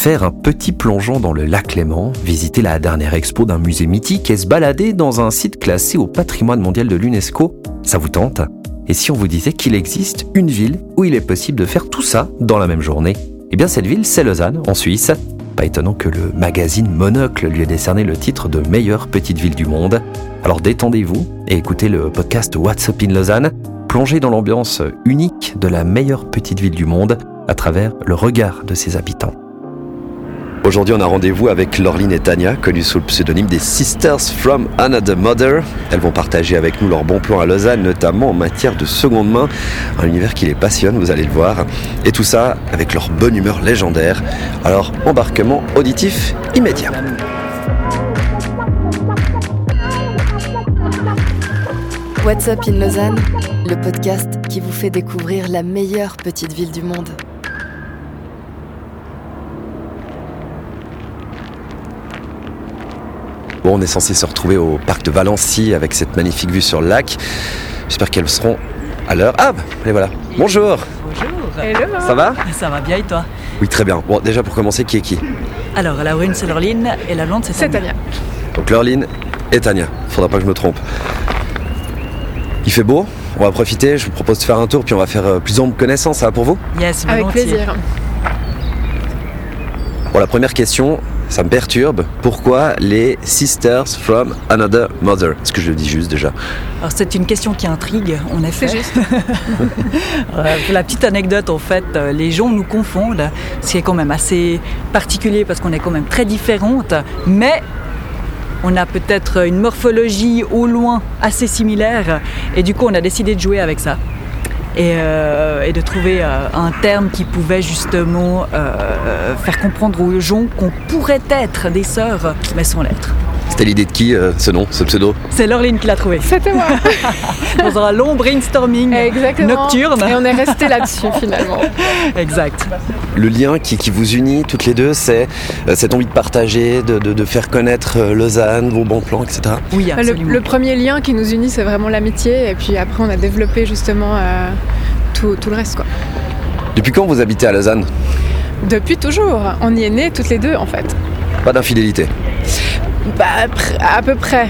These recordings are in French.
faire un petit plongeon dans le lac Léman, visiter la dernière expo d'un musée mythique et se balader dans un site classé au patrimoine mondial de l'UNESCO, ça vous tente ? Et si on vous disait qu'il existe une ville où il est possible de faire tout ça dans la même journée ? Eh bien cette ville, c'est Lausanne, en Suisse. Pas étonnant que le magazine Monocle lui ait décerné le titre de meilleure petite ville du monde. Alors détendez-vous et écoutez le podcast What's Up in Lausanne, plongez dans l'ambiance unique de la meilleure petite ville du monde à travers le regard de ses habitants. Aujourd'hui, on a rendez-vous avec Laureline et Tania, connues sous le pseudonyme des Sisters from Another Mother. Elles vont partager avec nous leurs bons plans à Lausanne, notamment en matière de seconde main, un univers qui les passionne, vous allez le voir. Et tout ça avec leur bonne humeur légendaire. Alors, embarquement auditif immédiat. What's Up in Lausanne, le podcast qui vous fait découvrir la meilleure petite ville du monde. Bon, on est censé se retrouver au parc de Valency avec cette magnifique vue sur le lac. J'espère qu'elles seront à l'heure. Ah, et voilà. Bonjour. Bonjour. Hello. Ça va ? Ça va bien et toi ? Oui, très bien. Bon, déjà pour commencer, qui est qui ? Alors, la brune c'est Laureline et la blonde c'est Tania. Donc Laureline et Tania. Faudra pas que je me trompe. Il fait beau, on va profiter. Je vous propose de faire un tour puis on va faire plus ample connaissance, ça va pour vous ? Yes, Avec volontiers. plaisir. Bon, la première question, ça me perturbe. Pourquoi les Sisters from Another Mother ? Est-ce que je le dis juste déjà ? Alors, c'est une question qui intrigue, en effet. C'est juste. Pour la petite anecdote, en fait, les gens nous confondent, ce qui est quand même assez particulier parce qu'on est quand même très différentes, mais on a peut-être une morphologie au loin assez similaire et du coup on a décidé de jouer avec ça et de trouver un terme qui pouvait justement faire comprendre aux gens qu'on pourrait être des sœurs mais sans l'être. C'était l'idée de qui, ce nom, ce pseudo ? C'est Laureline qui l'a trouvé. C'était moi. Dans un long brainstorming Exactement. nocturne. Et on est resté là-dessus finalement. Exact. Le lien qui vous unit toutes les deux, c'est cette envie de partager, de faire connaître Lausanne, vos bons plans, etc. Oui, absolument. Le premier lien qui nous unit, c'est vraiment l'amitié. Et puis après, on a développé justement tout le reste, quoi. Depuis quand vous habitez à Lausanne ? Depuis toujours. On y est nés toutes les deux, en fait. Pas d'infidélité. Bah, à peu près.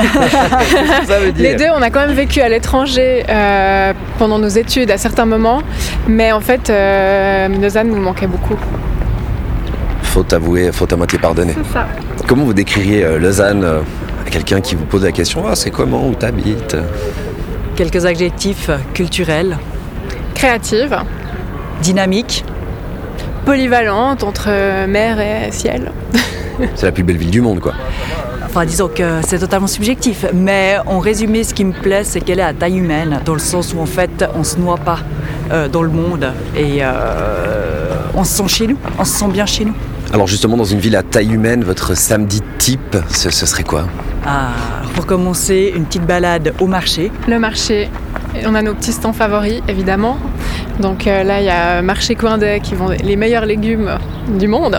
Ça veut dire. Les deux, on a quand même vécu à l'étranger pendant nos études à certains moments. Mais en fait, Lausanne nous manquait beaucoup. Faute avouée, faute à moitié pardonnée. C'est ça. Comment vous décririez Lausanne à quelqu'un qui vous pose la question « Ah, c'est comment, où t'habites ?» Quelques adjectifs culturels, Créative, dynamiques. polyvalente entre mer et ciel. C'est la plus belle ville du monde, quoi. Enfin, disons que c'est totalement subjectif, mais en résumé, ce qui me plaît, c'est qu'elle est à taille humaine, dans le sens où en fait, on se noie pas dans le monde et on se sent chez nous, on se sent bien chez nous. Alors justement, dans une ville à taille humaine, votre samedi type, ce serait quoi ? Pour commencer, une petite balade au marché. Le marché, on a nos petits stands favoris, évidemment. Donc là, il y a Marché Coindet qui vend les meilleurs légumes du monde.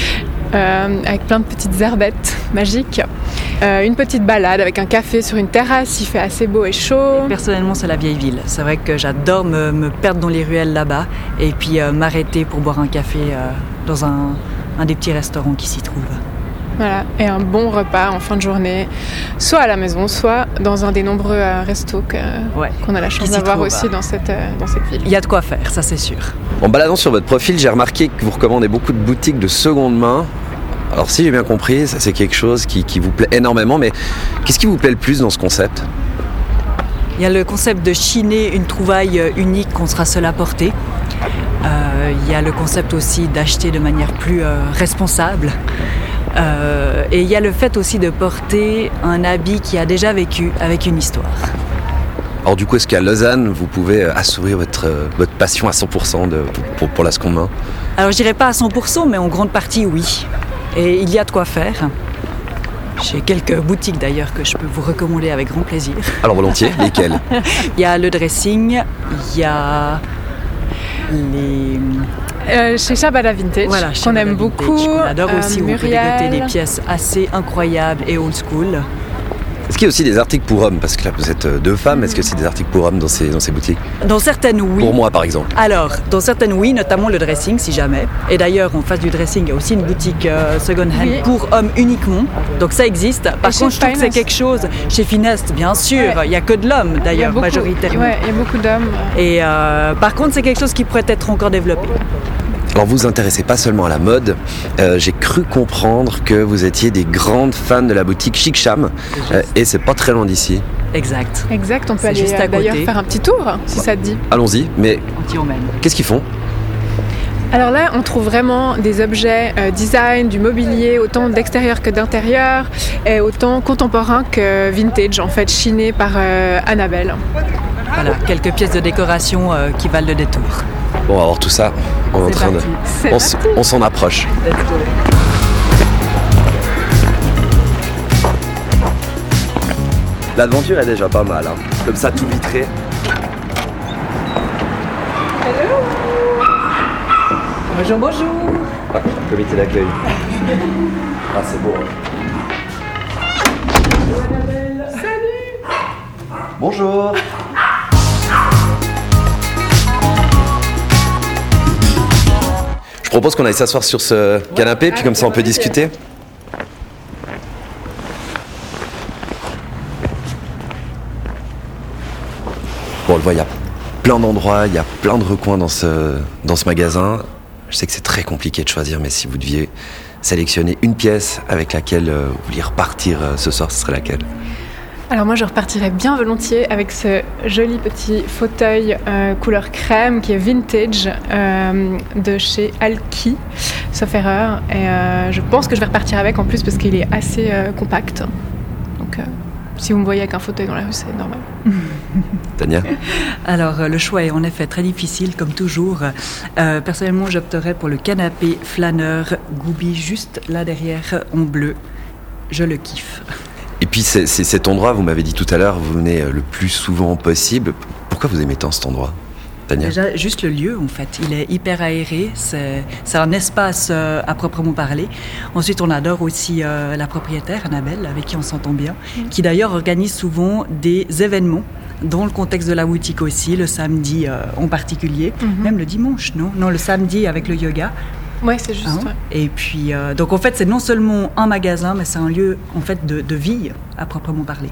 Avec plein de petites herbettes magiques. Une petite balade avec un café sur une terrasse, il fait assez beau et chaud. Personnellement, c'est la vieille ville. C'est vrai que j'adore me perdre dans les ruelles là-bas et puis m'arrêter pour boire un café dans un des petits restaurants qui s'y trouvent. Voilà, et un bon repas en fin de journée, soit à la maison, soit dans un des nombreux restos qu'on a la chance d'avoir aussi dans cette ville. Il y a de quoi faire, ça c'est sûr. En baladant sur votre profil, j'ai remarqué que vous recommandez beaucoup de boutiques de seconde main. Alors si j'ai bien compris, ça c'est quelque chose qui vous plaît énormément, mais qu'est-ce qui vous plaît le plus dans ce concept ? Il y a le concept de chiner une trouvaille unique qu'on sera seul à porter. Il y a le concept aussi d'acheter de manière plus responsable. Et il y a le fait aussi de porter un habit qui a déjà vécu avec une histoire. Alors du coup, est-ce qu'à Lausanne, vous pouvez assouvir votre passion à 100% pour la seconde main ? Alors je dirais pas à 100%, mais en grande partie oui. Et il y a de quoi faire. J'ai quelques boutiques d'ailleurs que je peux vous recommander avec grand plaisir. Alors volontiers, lesquelles ? Il y a le dressing, il y a les... chez Shabada Vintage, voilà, qu'on aime beaucoup. On adore aussi, où on peut Muriel. dégoter des pièces assez incroyables et old school. Est-ce qu'il y a aussi des articles pour hommes? Parce que là, vous êtes 2 femmes. Est-ce que c'est des articles pour hommes dans ces boutiques? Dans certaines, oui. Pour moi, par exemple. Alors, dans certaines, oui, notamment le dressing, si jamais. Et d'ailleurs, en face du dressing, il y a aussi une boutique second-hand pour hommes uniquement. Donc ça existe. Par contre, je trouve que c'est quelque chose... Chez Finest, bien sûr. Il n'y a que de l'homme, d'ailleurs, majoritairement. Oui, il y a beaucoup d'hommes. Et par contre, c'est quelque chose qui pourrait être encore développé. Alors vous vous intéressez pas seulement à la mode, j'ai cru comprendre que vous étiez des grandes fans de la boutique Chic Cham, et c'est pas très loin d'ici. Exact. Exact, on peut C'est aller juste à d'ailleurs côté. faire un petit tour, si ça te dit. Allons-y, mais Anti-homène. qu'est-ce qu'ils font? Alors là, on trouve vraiment des objets design, du mobilier, autant d'extérieur que d'intérieur, et autant contemporain que vintage, en fait, chiné par Annabelle. Voilà, quelques pièces de décoration qui valent le détour. Bon, on va voir tout ça. On est en train parti. on s'en approche. Let's go. L'aventure est déjà pas mal, hein. Comme ça, tout vitré. Bonjour, bonjour. Comité d'accueil. Ah, c'est beau. Salut. Bonjour. Je propose qu'on aille s'asseoir sur ce canapé, puis comme ça on peut discuter. Bon, on le voit, il y a plein d'endroits, il y a plein de recoins dans ce magasin. Je sais que c'est très compliqué de choisir, mais si vous deviez sélectionner une pièce avec laquelle vous vouliez repartir ce soir, ce serait laquelle? Alors moi je repartirais bien volontiers avec ce joli petit fauteuil couleur crème qui est vintage de chez Alki, sauf erreur. Et je pense que je vais repartir avec en plus parce qu'il est assez compact. Donc si vous me voyez avec un fauteuil dans la rue, c'est normal. Tania? Alors, le choix est en effet très difficile, comme toujours. Personnellement, j'opterais pour le canapé flâneur Goubi, juste là derrière, en bleu. Je le kiffe. Et puis c'est cet endroit, vous m'avez dit tout à l'heure, vous venez le plus souvent possible. Pourquoi vous aimez tant cet endroit, Tania? Déjà, juste le lieu, en fait. Il est hyper aéré. C'est un espace à proprement parler. Ensuite, on adore aussi la propriétaire, Annabelle, avec qui on s'entend bien, qui d'ailleurs organise souvent des événements dans le contexte de la boutique aussi, le samedi en particulier, même le dimanche, non? Non, le samedi avec le yoga. Ouais, c'est juste. Ouais. Et puis, donc en fait, c'est non seulement un magasin, mais c'est un lieu en fait de vie à proprement parler.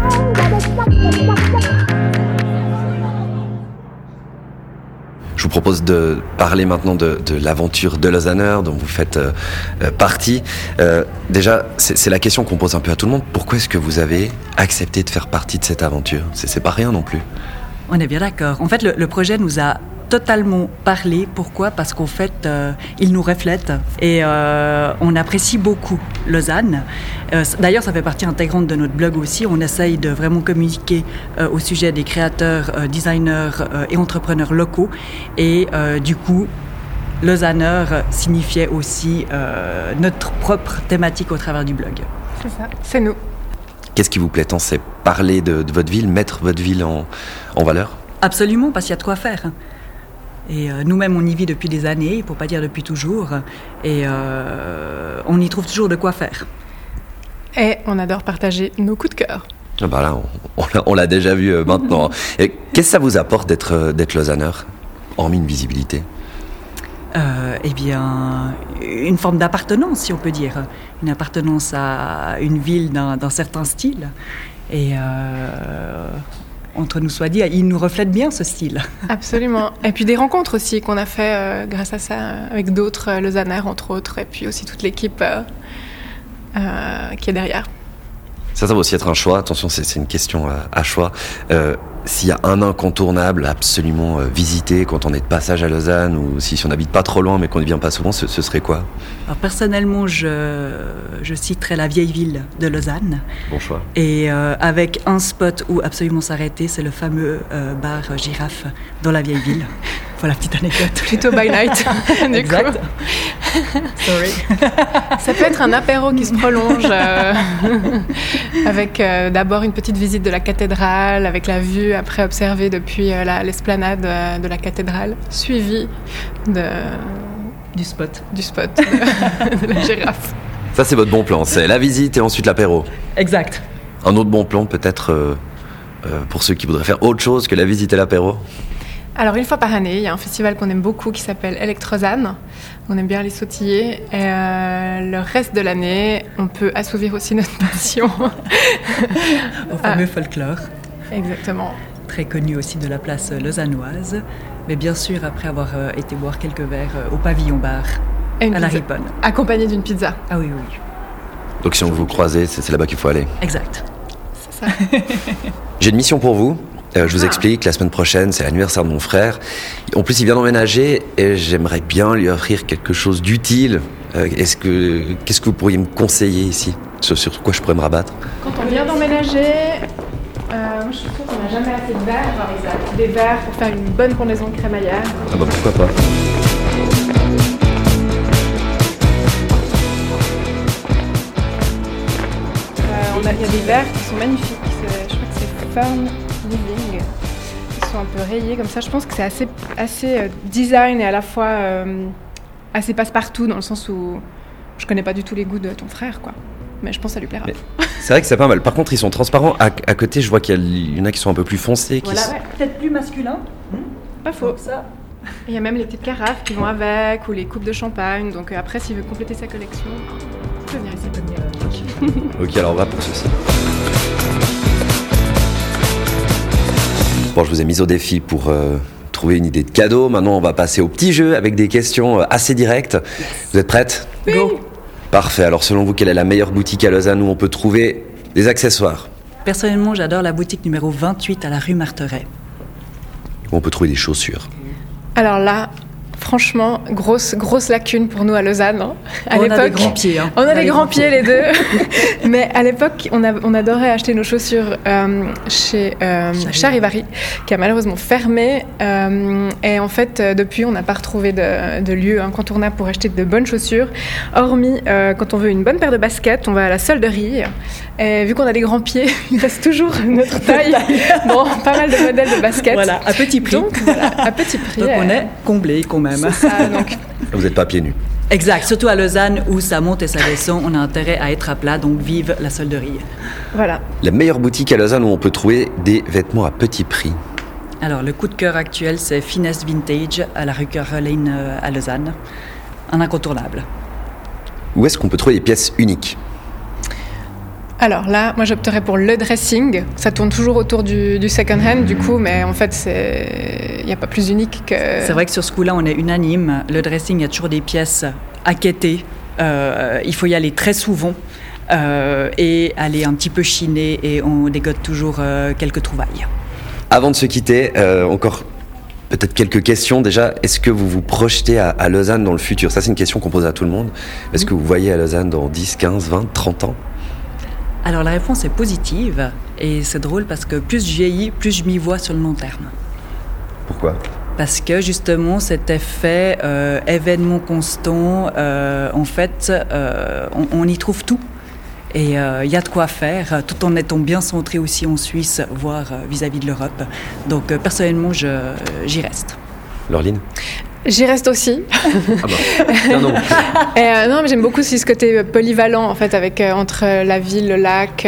Je vous propose de parler maintenant de l'aventure de Lausanne dont vous faites partie. Déjà, c'est la question qu'on pose un peu à tout le monde. Pourquoi est-ce que vous avez accepté de faire partie de cette aventure? C'est pas rien non plus. On est bien d'accord. En fait, le projet nous a totalement parlé. Pourquoi? Parce qu'en fait, il nous reflète et on apprécie beaucoup Lausanne. D'ailleurs, ça fait partie intégrante de notre blog aussi. On essaye de vraiment communiquer au sujet des créateurs, designers et entrepreneurs locaux. Et du coup, Lausanneur signifiait aussi notre propre thématique au travers du blog. C'est ça, c'est nous. Qu'est-ce qui vous plaît tant? C'est parler de votre ville, mettre votre ville en valeur? Absolument, parce qu'il y a de quoi faire. Et nous-mêmes, on y vit depuis des années, pour pas dire depuis toujours, et on y trouve toujours de quoi faire. Et on adore partager nos coups de cœur. Ah bah là, on l'a déjà vu maintenant. Et qu'est-ce que ça vous apporte d'être Lausanneur, hormis une visibilité? Eh bien, une forme d'appartenance, si on peut dire. Une appartenance à une ville d'un certain style. Et entre nous soit dit, il nous reflète bien ce style. Absolument. Et puis des rencontres aussi qu'on a fait grâce à ça avec d'autres Lausanneurs, entre autres, et puis aussi toute l'équipe qui est derrière. Ça va aussi être un choix. Attention, c'est une question à choix. S'il y a un incontournable à absolument visiter quand on est de passage à Lausanne, ou si on n'habite pas trop loin mais qu'on ne vient pas souvent, ce serait quoi? Alors, personnellement, je citerais la vieille ville de Lausanne. Bon choix. Et avec un spot où absolument s'arrêter, c'est le fameux bar Girafe dans la vieille ville. Voilà, petite anecdote. Plutôt by night, du exact. coup. Sorry. Ça peut être un apéro qui se prolonge avec d'abord une petite visite de la cathédrale, avec la vue après observée depuis l'esplanade de la cathédrale, suivie du spot de la Girafe. Ça, c'est votre bon plan, c'est la visite et ensuite l'apéro. Exact. Un autre bon plan peut-être pour ceux qui voudraient faire autre chose que la visite et l'apéro? Alors, une fois par année, il y a un festival qu'on aime beaucoup qui s'appelle Electrozane. On aime bien les sautiller. Et le reste de l'année, on peut assouvir aussi notre passion. Au fameux folklore. Exactement. Très connu aussi de la place lausannoise. Mais bien sûr, après avoir été boire quelques verres au pavillon bar Et une à la pizza. Riponne. Accompagné d'une pizza. Ah oui, oui. Donc si on vous croisez, c'est là-bas qu'il faut aller. Exact. C'est ça. J'ai une mission pour vous. Je vous explique, la semaine prochaine, c'est l'anniversaire de mon frère. En plus, il vient d'emménager et j'aimerais bien lui offrir quelque chose d'utile. Qu'est-ce que vous pourriez me conseiller ici? Sur quoi je pourrais me rabattre? Quand on vient d'emménager, moi je trouve qu'on n'a jamais assez de verres. Des verres pour faire une bonne pendaison de crémaillère. Ah bah pourquoi pas. Il y a des verres qui sont magnifiques. Je crois que c'est Fern Living. Ils sont un peu rayés comme ça. Je pense que c'est assez design et à la fois assez passe-partout dans le sens où je connais pas du tout les goûts de ton frère, quoi. Mais je pense que ça lui plaira. Mais c'est vrai que c'est pas mal. Par contre, ils sont transparents. À côté, je vois qu'il y en a qui sont un peu plus foncés. Voilà, ouais. Peut-être plus masculin. Pas faux. Donc ça. Il y a même les petites carafes qui vont avec ou les coupes de champagne. Donc après, s'il veut compléter sa collection, il peut venir ici. Ok, alors on va pour ceci. Bon, je vous ai mis au défi pour trouver une idée de cadeau. Maintenant, on va passer au petit jeu avec des questions assez directes. Vous êtes prêtes? Go. Parfait. Alors, selon vous, quelle est la meilleure boutique à Lausanne où on peut trouver des accessoires? Personnellement, j'adore la boutique numéro 28 à la rue Marteret. Où on peut trouver des chaussures? Alors là, franchement, grosse lacune pour nous à Lausanne. Hein. On a des grands pieds. Hein. On a des grands pieds les deux. Mais à l'époque, on adorait acheter nos chaussures chez Charivari, qui a malheureusement fermé. Et en fait, depuis, on n'a pas retrouvé de lieu incontournable pour acheter de bonnes chaussures. Hormis, quand on veut une bonne paire de baskets, on va à la solderie. Et vu qu'on a des grands pieds, il reste toujours notre taille dans pas mal de modèles de baskets. Voilà, à petit prix. Donc, voilà, à petit prix. Donc on est comblé quand même. C'est ça, donc. Vous n'êtes pas pieds nus. Exact, surtout à Lausanne où ça monte et ça descend, on a intérêt à être à plat, donc vive la solderie. Voilà. La meilleure boutique à Lausanne où on peut trouver des vêtements à petit prix? Alors le coup de cœur actuel, c'est Finesse Vintage à la rue Caroline à Lausanne. Un incontournable. Où est-ce qu'on peut trouver des pièces uniques? Alors là, moi j'opterais pour le dressing. Ça tourne toujours autour du second hand du coup, mais en fait il n'y a pas plus unique que... C'est vrai que sur ce coup-là, on est unanime. Le dressing, il y a toujours des pièces à quêter. Il faut y aller très souvent et aller un petit peu chiner et on dégote toujours quelques trouvailles. Avant de se quitter, encore peut-être quelques questions. Déjà, est-ce que vous vous projetez à Lausanne dans le futur? Ça, c'est une question qu'on pose à tout le monde. Est-ce que vous voyez à Lausanne dans 10, 15, 20, 30 ans? Alors la réponse est positive et c'est drôle parce que plus je vieillis, plus je m'y vois sur le long terme. Pourquoi? Parce que justement cet effet événement constant, en fait, on y trouve tout. Et il y a de quoi faire, tout en étant bien centré aussi en Suisse, voire vis-à-vis de l'Europe. Donc personnellement, j'y reste. Laureline? J'y reste aussi. Ah bah, non. Non, mais j'aime beaucoup aussi ce côté polyvalent, en fait, avec entre la ville, le lac,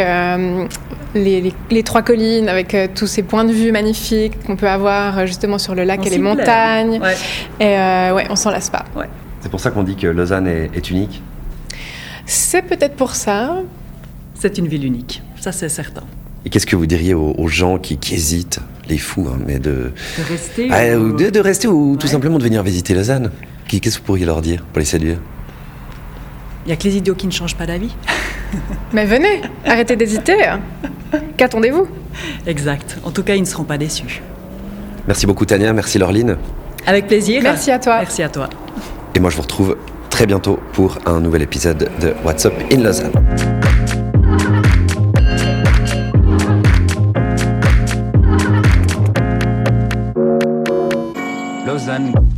les trois collines, avec tous ces points de vue magnifiques qu'on peut avoir justement sur le lac et les montagnes. Ouais. Et ouais, on s'en lasse pas. Ouais. C'est pour ça qu'on dit que Lausanne est unique? C'est peut-être pour ça. C'est une ville unique, ça c'est certain. Et qu'est-ce que vous diriez aux gens qui hésitent, les fous, hein, mais de rester de rester ou tout simplement de venir visiter Lausanne? Qu'est-ce que vous pourriez leur dire pour les séduire? Il n'y a que les idiots qui ne changent pas d'avis. Mais venez, arrêtez d'hésiter. Qu'attendez-vous? Exact. En tout cas, ils ne seront pas déçus. Merci beaucoup Tania, merci Laureline. Avec plaisir. Merci à toi. Merci à toi. Et moi je vous retrouve très bientôt pour un nouvel épisode de What's Up in Lausanne. Lausanne.